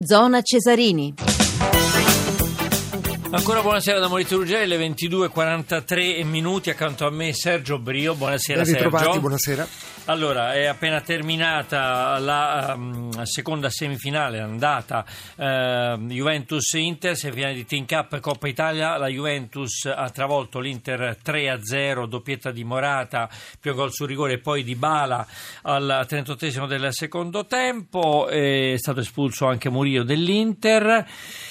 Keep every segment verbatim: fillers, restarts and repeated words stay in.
Zona Cesarini. Ancora buonasera da Maurizio Ruggeri, le ventidue e quarantatré minuti, accanto a me Sergio Brio. Buonasera Ben ritrovati, Sergio. Buonasera. Allora, è appena terminata la um, seconda semifinale andata uh, Juventus-Inter, semifinale di Team Cup Coppa Italia. La Juventus ha travolto l'Inter tre a zero, doppietta di Morata, più gol sul rigore e poi Dybala al trentottesimo del secondo tempo. È stato espulso anche Murillo dell'Inter.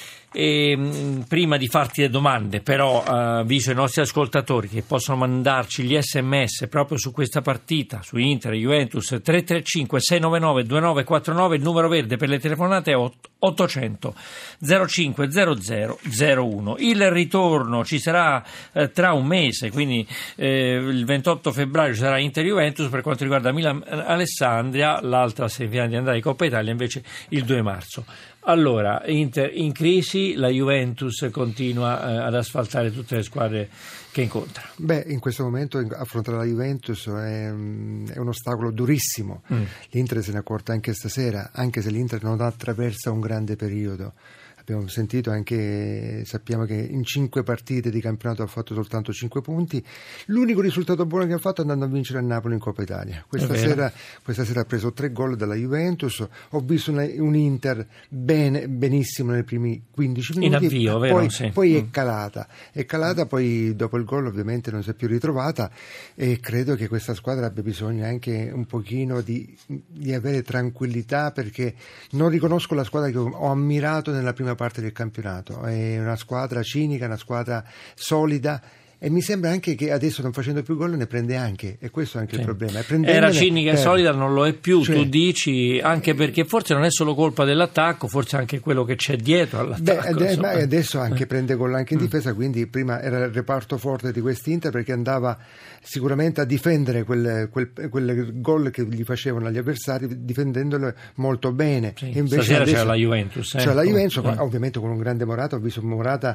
E, mh, prima di farti le domande, però, uh, avviso ai nostri ascoltatori che possono mandarci gli sms proprio su questa partita, su Inter Juventus. Tre tre cinque sei nove nove due nove quattro nove, il numero verde per le telefonate è ottocento zero cinque zero zero zero uno. Il ritorno ci sarà eh, tra un mese, quindi eh, il ventotto febbraio ci sarà Inter Juventus per quanto riguarda Milan Alessandria, l'altra semifinale di andata di Coppa Italia invece il due marzo. Allora, Inter in crisi, la Juventus continua eh, ad asfaltare tutte le squadre che incontra. Beh, in questo momento affrontare la Juventus è, è un ostacolo durissimo. Mm. L'Inter se ne è accorta anche stasera, anche se l'Inter non attraversa un grande periodo. Abbiamo sentito anche, sappiamo che in cinque partite di campionato ha fatto soltanto cinque punti. L'unico risultato buono che ha fatto è andando a vincere a Napoli in Coppa Italia. Questa sera, questa sera ha preso tre gol dalla Juventus. Ho visto una, un Inter bene, benissimo nei primi quindici minuti. In avvio, vero? Poi, sì. poi mm. è calata. È calata, poi dopo il gol ovviamente non si è più ritrovata e credo che questa squadra abbia bisogno anche un pochino di, di avere tranquillità, perché non riconosco la squadra che ho ammirato nella prima parte del campionato. È una squadra cinica, una squadra solida, e mi sembra anche che adesso non facendo più gol ne prende anche, e questo è anche sì. il problema. Era cinica e per... solida, non lo è più, cioè... tu dici, anche perché forse non è solo colpa dell'attacco, forse anche quello che c'è dietro all'attacco. Beh, ma adesso anche prende gol anche in difesa, quindi prima era il reparto forte di quest'Inter, perché andava sicuramente a difendere quel, quel, quel gol che gli facevano gli avversari, difendendolo molto bene. Sì, e invece stasera adesso, c'era la Juventus. Eh? C'era la Juventus, eh. ovviamente con un grande Morata. Ho visto Morata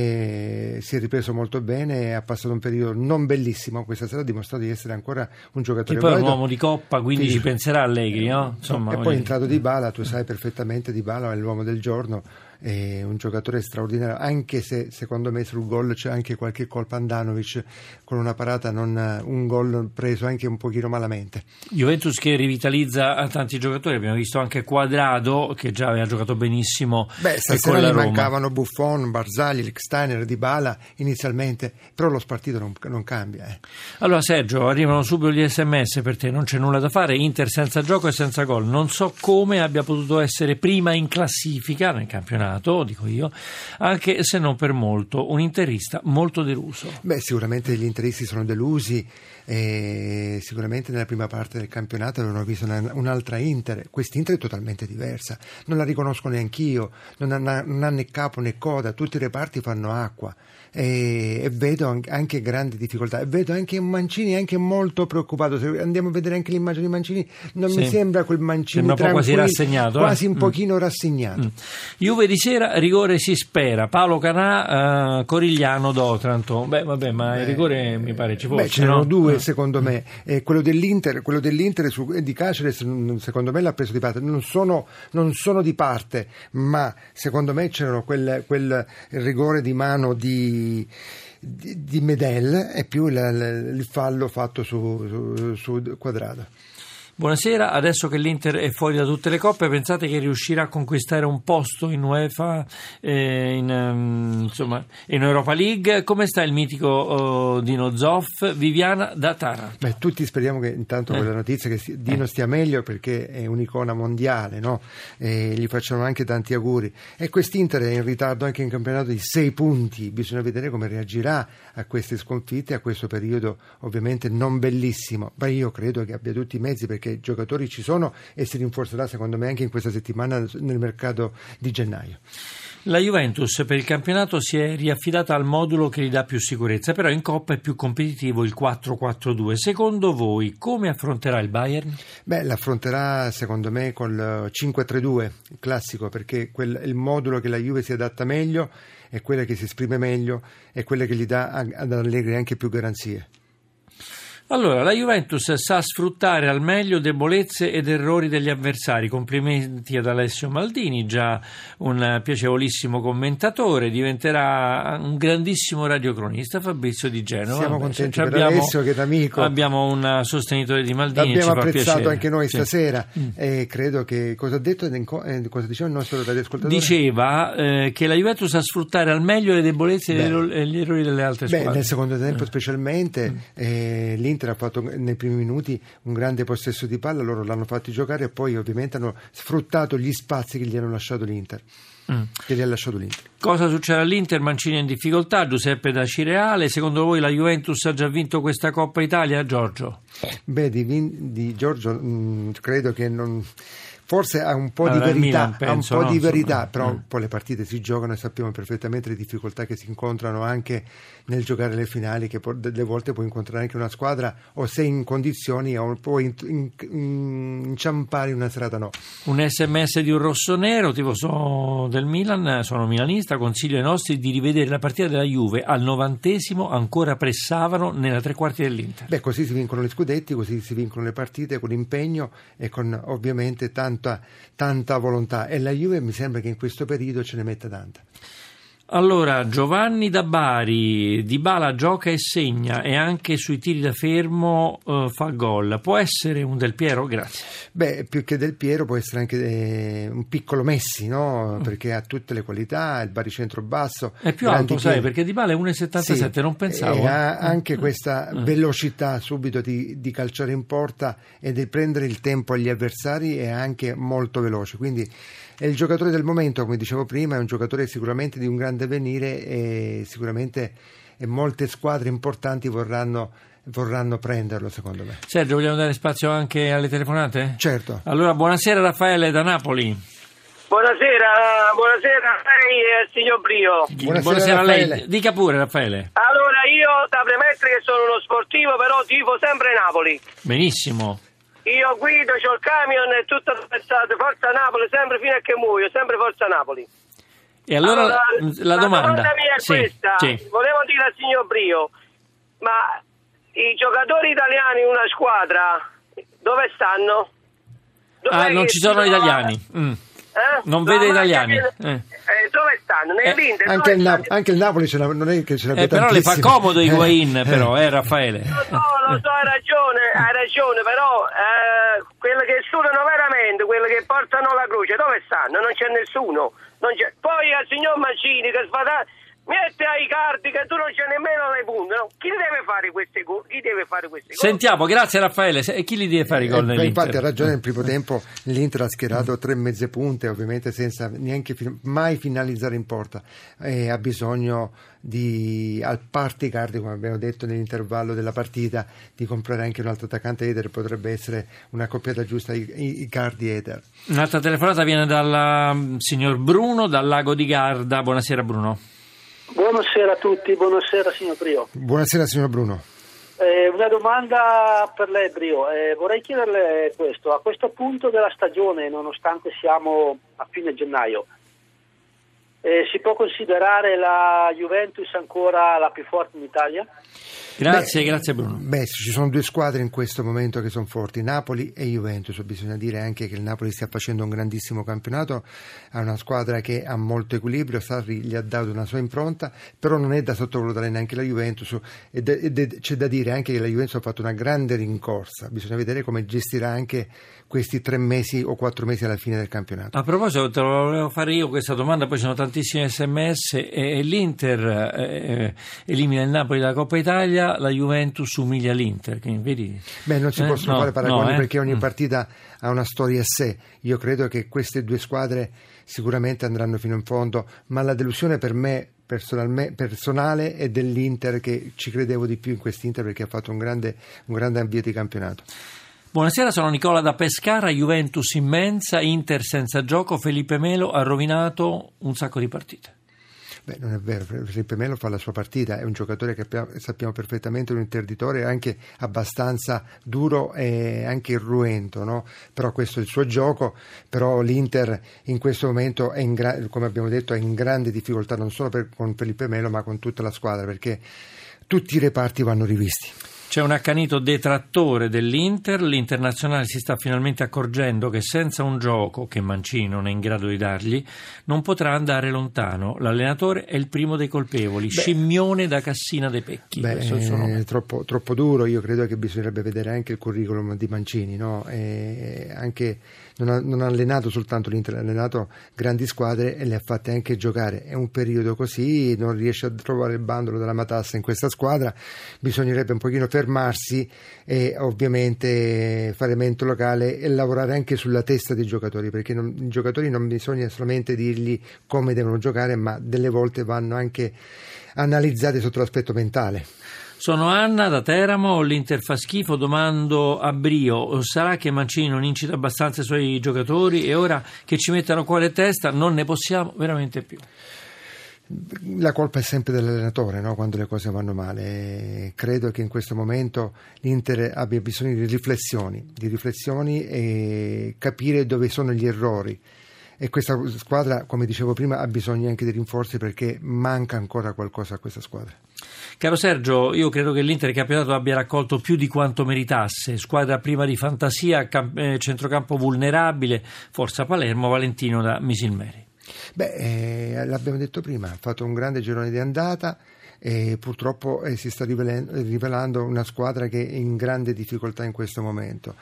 eh, si è ripreso molto bene, ha passato un periodo non bellissimo, questa sera ha dimostrato di essere ancora un giocatore che poi valido. è un uomo di Coppa, quindi sì. ci penserà Allegri, no? Insomma, e poi è entrato Dybala, tu sai perfettamente, Dybala è l'uomo del giorno, è un giocatore straordinario, anche se secondo me sul gol c'è anche qualche colpa. Andanovic con una parata, non un gol preso anche un pochino malamente. Juventus che rivitalizza tanti giocatori, abbiamo visto anche Quadrado che già aveva giocato benissimo. Beh, stasera gli mancavano Buffon, Barzagli, Lichtsteiner, Dybala inizialmente, però lo spartito non, non cambia. Eh. Allora Sergio, arrivano subito gli sms per te, non c'è nulla da fare, Inter senza gioco e senza gol, non so come abbia potuto essere prima in classifica nel campionato, dico io, anche se non per molto, un interista molto deluso. Beh, sicuramente gli interisti sono delusi, e sicuramente nella prima parte del campionato avevano visto una, un'altra Inter. Quest'Inter è totalmente diversa, non la riconosco neanch'io, non ha, non ha né capo né coda, tutti i reparti fanno acqua, e, e vedo anche grandi difficoltà, e vedo anche Mancini anche molto preoccupato. Se andiamo a vedere anche l'immagine di Mancini, non sì. mi sembra quel Mancini sembra un po' quasi rassegnato, quasi eh? un pochino mm. rassegnato. Mm. Juve di sera, rigore si spera, Paolo Canà, uh, Corigliano d'Otranto. Beh vabbè, ma beh, il rigore mi pare ci fosse. Beh, c'erano no? due mm. secondo me, eh, quello dell'Inter quello dell'Inter su, di Caceres secondo me l'ha preso di parte. Non sono, non sono di parte, ma secondo me c'erano quel, quel rigore di mano di Di, di Medel e più la, la, il fallo fatto su, su, su Quadrado. Buonasera, adesso che l'Inter è fuori da tutte le coppe, pensate che riuscirà a conquistare un posto in UEFA, eh, in, um, insomma, in Europa League? Come sta il mitico uh, Dino Zoff? Viviana da Taranto. Beh, tutti speriamo che intanto eh. quella notizia che Dino eh. stia meglio, perché è un'icona mondiale, no? E gli facciamo anche tanti auguri. E quest'Inter è in ritardo anche in campionato di sei punti, bisogna vedere come reagirà a queste sconfitte, a questo periodo ovviamente non bellissimo, ma io credo che abbia tutti i mezzi, perché i giocatori ci sono, e si rinforzerà secondo me anche in questa settimana nel mercato di gennaio. La Juventus per il campionato si è riaffidata al modulo che gli dà più sicurezza, però in Coppa è più competitivo il quattro quattro due. Secondo voi come affronterà il Bayern? Beh, l'affronterà secondo me col cinque tre due classico, perché quel, il modulo che la Juve si adatta meglio è quella che si esprime meglio, è quella che gli dà ad Allegri anche più garanzie. Allora, la Juventus sa sfruttare al meglio debolezze ed errori degli avversari. Complimenti ad Alessio Maldini, già un piacevolissimo commentatore, diventerà un grandissimo radiocronista, Fabrizio Di Genova. Siamo contenti Beh, per abbiamo, Alessio, che è amico. Abbiamo un sostenitore di Maldini. L'abbiamo ci fa apprezzato piacere. anche noi sì. stasera Mm. e credo che cosa ha detto, eh, cosa diceva il nostro radioascoltatore? Diceva eh, che la Juventus sa sfruttare al meglio le debolezze e gli errori delle altre Beh, squadre. nel secondo tempo Mm. specialmente Mm. eh, l'Inter ha fatto nei primi minuti un grande possesso di palla, loro l'hanno fatti giocare e poi ovviamente hanno sfruttato gli spazi che gli hanno lasciato l'Inter. Mm. Che gli ha lasciato l'Inter. Cosa succede all'Inter? Mancini è in difficoltà, Giuseppe da Cireale. Secondo voi la Juventus ha già vinto questa Coppa Italia, Giorgio? Beh, di, di Giorgio mh, credo che non... Forse ha un po' allora, di verità, Milan, penso, ha un po' no? di verità, Insomma, però mm. poi le partite si giocano e sappiamo perfettamente le difficoltà che si incontrano anche nel giocare le finali, che delle volte puoi incontrare anche una squadra o sei in condizioni o puoi in, in, in, inciampare in una serata no. Un sms di un rossonero, tifoso del Milan, sono milanista, consiglio ai nostri di rivedere la partita della Juve. Al novantesimo ancora pressavano nella tre quarti dell'Inter. Beh, così si vincono gli scudetti, così si vincono le partite con impegno e con ovviamente tanto tanta volontà, e la Juve mi sembra che in questo periodo ce ne metta tanta. Allora, Giovanni da Bari, Dybala gioca e segna e anche sui tiri da fermo uh, fa gol. Può essere un Del Piero? Grazie. Beh, più che Del Piero può essere anche eh, un piccolo Messi, no? Mm. Perché ha tutte le qualità, il baricentro basso. È più alto, sai, perché Dybala è uno virgola settantasette, sì, non pensavo. E ha anche questa mm. velocità subito di, di calciare in porta e di prendere il tempo agli avversari, è anche molto veloce, quindi è il giocatore del momento, come dicevo prima, è un giocatore sicuramente di un grande avvenire e sicuramente e molte squadre importanti vorranno, vorranno prenderlo, secondo me. Sergio, vogliamo dare spazio anche alle telefonate? Certo. Allora, buonasera Raffaele da Napoli. Buonasera, buonasera a lei e al signor Brio. Buonasera, buonasera a Raffaele. lei, dica pure Raffaele. Allora, io da premettere che sono uno sportivo, però tifo sempre Napoli. Benissimo. Io guido, c'ho il camion e tutto pensato, forza Napoli, sempre fino a che muoio, sempre forza Napoli. E allora, allora la, la domanda, la domanda mia è sì, questa, sì. Volevo dire al signor Brio, ma i giocatori italiani in una squadra dove stanno? Dov'è ah, non ci sono italiani. Mm. Eh? Non no, vede italiani. Che, eh. Eh, dove stanno? Nell'Inter? Eh, anche, il Nap- anche il Napoli ce non è che ce l'abbia eh, però le fa comodo Higuaín, eh. però, eh Raffaele. Lo so, lo so, hai ragione, hai ragione, però eh, quelli che sudano veramente, quelli che portano la croce, dove stanno? Non c'è nessuno. Non c'è. Poi al signor Mancini che sfada, mette ai cardi che tu non c'è nemmeno le punte, no? Chi deve fare queste cose? Chi deve fare queste cose? Sentiamo, grazie Raffaele. E chi li deve fare i gol eh, nell'Inter? Infatti ha ragione, nel primo tempo l'Inter ha schierato tre mezze punte, ovviamente senza neanche fin- mai finalizzare in porta, e ha bisogno di, al parte i cardi, come abbiamo detto nell'intervallo della partita, di comprare anche un altro attaccante. Eder potrebbe essere una coppiata giusta, i, i, i cardi Eder. Un'altra telefonata viene dal um, signor Bruno dal Lago di Garda. Buonasera Bruno. Buonasera a tutti, buonasera signor Brio. Buonasera signor Bruno. Eh, una domanda per lei Brio, eh, vorrei chiederle questo, a questo punto della stagione, nonostante siamo a fine gennaio, eh, si può considerare la Juventus ancora la più forte in Italia? Grazie, beh, grazie Bruno. Beh, ci sono due squadre in questo momento che sono forti, Napoli e Juventus. Bisogna dire anche che il Napoli sta facendo un grandissimo campionato, ha una squadra che ha molto equilibrio, Sarri gli ha dato una sua impronta, però non è da sottovalutare neanche la Juventus, ed è, ed è, c'è da dire anche che la Juventus ha fatto una grande rincorsa, bisogna vedere come gestirà anche questi tre mesi o quattro mesi alla fine del campionato. A proposito, te lo volevo fare io questa domanda, poi ci sono tantissimi sms, e, e l'Inter eh, elimina il Napoli dalla Coppa Italia, la Juventus umilia l'Inter, che vedi? Beh, non si eh? possono no, fare paragoni, no, eh? perché ogni mm. partita ha una storia a sé. Io credo che queste due squadre sicuramente andranno fino in fondo, ma la delusione per me personale è dell'Inter, che ci credevo di più in quest'Inter perché ha fatto un grande, un grande avvio di campionato. Buonasera, sono Nicola da Pescara. Juventus immensa, Inter senza gioco, Felipe Melo ha rovinato un sacco di partite. Beh, non è vero, Felipe Melo fa la sua partita, è un giocatore che sappiamo perfettamente, un interditore anche abbastanza duro e anche irruento, no? Però questo è il suo gioco. Però l'Inter in questo momento è in gra- come abbiamo detto è in grande difficoltà, non solo per, con Felipe Melo ma con tutta la squadra, perché tutti i reparti vanno rivisti. C'è un accanito detrattore dell'Inter, l'Internazionale si sta finalmente accorgendo che senza un gioco che Mancini non è in grado di dargli non potrà andare lontano. L'allenatore è il primo dei colpevoli, beh, scimmione da Cassina dei Pecchi. Beh, è troppo, troppo duro. Io credo che bisognerebbe vedere anche il curriculum di Mancini, no? E anche non ha, non ha allenato soltanto l'Inter, ha allenato grandi squadre e le ha fatte anche giocare. È un periodo così, non riesce a trovare il bandolo della matassa in questa squadra, bisognerebbe un pochino fermarsi e ovviamente fare mento locale e lavorare anche sulla testa dei giocatori, perché non, i giocatori non bisogna solamente dirgli come devono giocare, ma delle volte vanno anche analizzati sotto l'aspetto mentale. Sono Anna da Teramo, l'Inter fa schifo, domando a Brio, sarà che Mancini non incita abbastanza i suoi giocatori e ora che ci mettano cuore e testa non ne possiamo veramente più? La colpa è sempre dell'allenatore, no? Quando le cose vanno male. Credo che in questo momento l'Inter abbia bisogno di riflessioni, di riflessioni e capire dove sono gli errori. E questa squadra, come dicevo prima, ha bisogno anche di rinforzi perché manca ancora qualcosa a questa squadra. Caro Sergio, io credo che l'Inter campionato abbia raccolto più di quanto meritasse. Squadra prima di fantasia, camp- eh, centrocampo vulnerabile, forza Palermo, Valentino da Misilmeri. Beh, eh, l'abbiamo detto prima, ha fatto un grande girone di andata e purtroppo eh, si sta rivelando, rivelando una squadra che è in grande difficoltà in questo momento.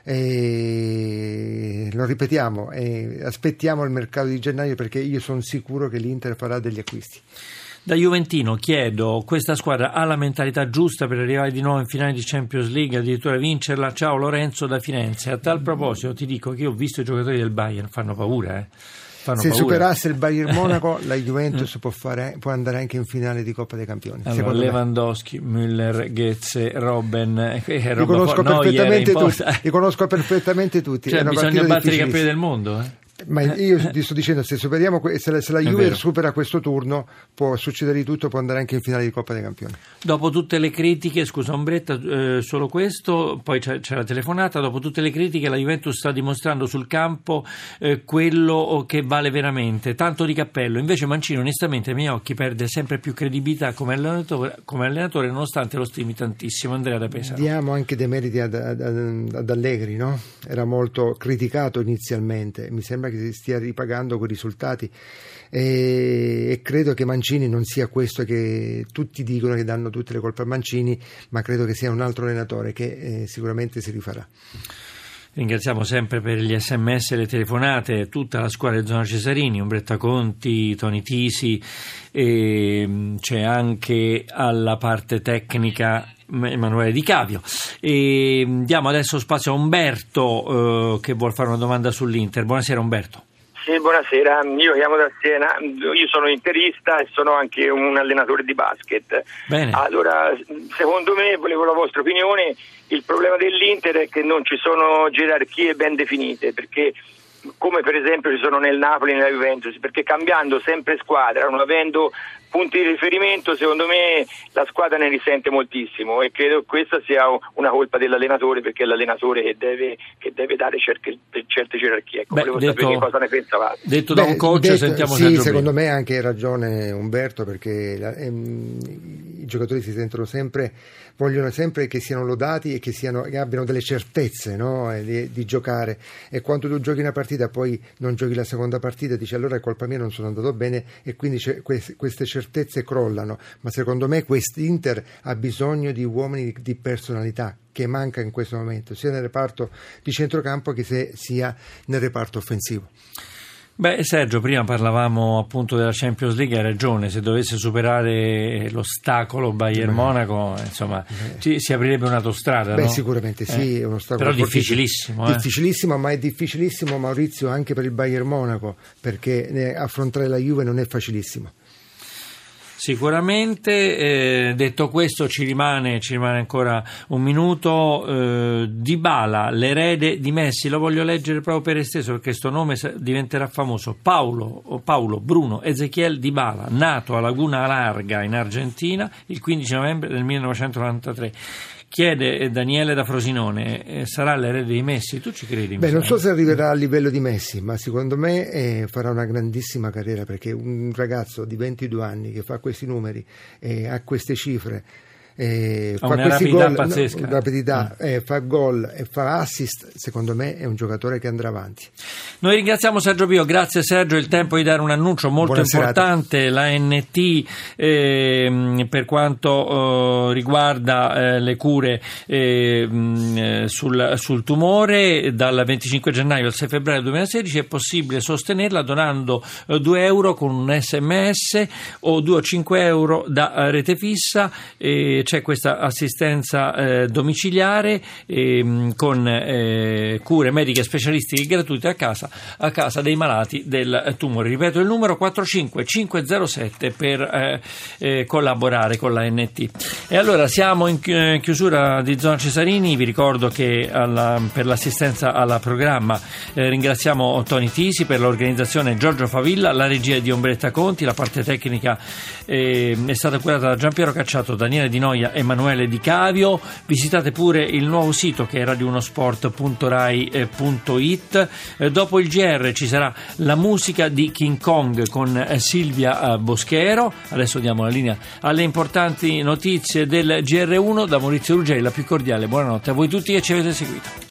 E lo ripetiamo, eh, aspettiamo il mercato di gennaio perché io sono sicuro che l'Inter farà degli acquisti. Da Juventino chiedo, questa squadra ha la mentalità giusta per arrivare di nuovo in finale di Champions League, addirittura vincerla? Ciao Lorenzo da Firenze. A tal proposito ti dico che io ho visto i giocatori del Bayern, fanno paura, eh. Fanno Se paura. superasse il Bayern Monaco, la Juventus può, fare, può andare anche in finale di Coppa dei Campioni. Allora, Lewandowski, me. Müller, Goetze, Robben, eh, li, conosco perfettamente tutti, li conosco perfettamente tutti. Cioè, bisogna battere i campioni del mondo, eh? Ma io ti sto dicendo, se superiamo se la, se la Juve supera questo turno può succedere di tutto, può andare anche in finale di Coppa dei Campioni. Dopo tutte le critiche, scusa Ombretta, eh, solo questo, poi c'è, c'è la telefonata, dopo tutte le critiche la Juventus sta dimostrando sul campo eh, quello che vale veramente, tanto di cappello. Invece Mancini onestamente ai miei occhi perde sempre più credibilità come allenatore, come allenatore nonostante lo stimi tantissimo. Andrea da Pesaro. Diamo anche dei meriti ad, ad, ad Allegri, no? Era molto criticato inizialmente, mi sembra che si stia ripagando quei risultati e, e credo che Mancini non sia questo che tutti dicono che danno tutte le colpe a Mancini, ma credo che sia un altro allenatore che eh, sicuramente si rifarà. Ringraziamo sempre per gli sms e le telefonate tutta la squadra di Zona Cesarini, Umberta Conti, Toni Tisi, e c'è anche alla parte tecnica Emanuele Di Cavio. E diamo adesso spazio a Umberto eh, che vuol fare una domanda sull'Inter. Buonasera Umberto. Sì, buonasera, io chiamo da Siena, io sono interista e sono anche un allenatore di basket. Bene. Allora, secondo me, volevo la vostra opinione, il problema dell'Inter è che non ci sono gerarchie ben definite, perché come per esempio ci sono nel Napoli e nella Juventus, perché cambiando sempre squadra, non avendo punti di riferimento, secondo me la squadra ne risente moltissimo e credo che questa sia una colpa dell'allenatore, perché è l'allenatore che deve, che deve dare certe, certe gerarchie. Ecco, Beh, volevo detto, sapere che cosa ne pensavate. Detto da Beh, un coach, detto, sentiamo sì, Sergio secondo Brino. me ha anche ragione Umberto, perché la, ehm, i giocatori si sentono sempre, vogliono sempre che siano lodati e che, siano, che abbiano delle certezze, no? di, di giocare, e quando tu giochi una partita poi non giochi la seconda partita, dici allora è colpa mia, non sono andato bene, e quindi c'è, queste, queste certezze crollano. Ma secondo me quest'Inter ha bisogno di uomini di, di personalità, che manca in questo momento sia nel reparto di centrocampo che se sia nel reparto offensivo. Beh, Sergio, prima parlavamo appunto della Champions League, hai ragione, se dovesse superare l'ostacolo Bayern Monaco, insomma, ci, si aprirebbe un'autostrada. Beh, no? sicuramente sì, eh. è uno ostacolo però difficilissimo. Eh. Difficilissimo, ma è difficilissimo, Maurizio, anche per il Bayern Monaco, perché affrontare la Juve non è facilissimo. Sicuramente, eh, detto questo ci rimane, ci rimane ancora un minuto. eh, Dybala, l'erede di Messi, lo voglio leggere proprio per esteso perché questo nome diventerà famoso. Paolo, Paolo Bruno Ezequiel Dybala, nato a Laguna Larga in Argentina il quindici novembre del millenovecentonovantatré. Chiede Daniele da Frosinone, eh, sarà l'erede di Messi? Tu ci credi? Beh, non so se arriverà a livello di Messi, ma secondo me eh, farà una grandissima carriera, perché un ragazzo di ventidue anni che fa questi numeri e eh, ha queste cifre Eh, ha fa una questi rapidità gol, pazzesca. no, rapidità, mm. eh, fa gol e fa assist, secondo me è un giocatore che andrà avanti. Noi ringraziamo Sergio Pio, grazie Sergio, il tempo di dare un annuncio molto Buona importante, serata. La N T eh, per quanto eh, riguarda eh, le cure eh, sul, sul tumore, dal venticinque gennaio al sei febbraio duemilasedici è possibile sostenerla donando eh, due euro con un sms o due o cinque euro da eh, rete fissa. Eh, c'è questa assistenza eh, domiciliare eh, con eh, cure mediche specialistiche gratuite a casa a casa dei malati del tumore. Ripeto il numero quattro cinque cinque zero sette per eh, eh, collaborare con la N T. E allora siamo in chiusura di Zona Cesarini. Vi ricordo che alla, per l'assistenza al programma eh, ringraziamo Toni Tisi, per l'organizzazione Giorgio Favilla, la regia di Ombretta Conti, la parte tecnica eh, è stata curata da Giampiero Cacciato, Daniele Di Noia, Emanuele Di Cavio. Visitate pure il nuovo sito che è radio uno sport punto rai punto it. Eh, dopo il G R ci sarà la musica di King Kong con eh, Silvia eh, Boschero. Adesso diamo la linea alle importanti notizie del G R uno da Maurizio Ruggeri. La più cordiale buonanotte a voi tutti e ci avete seguito.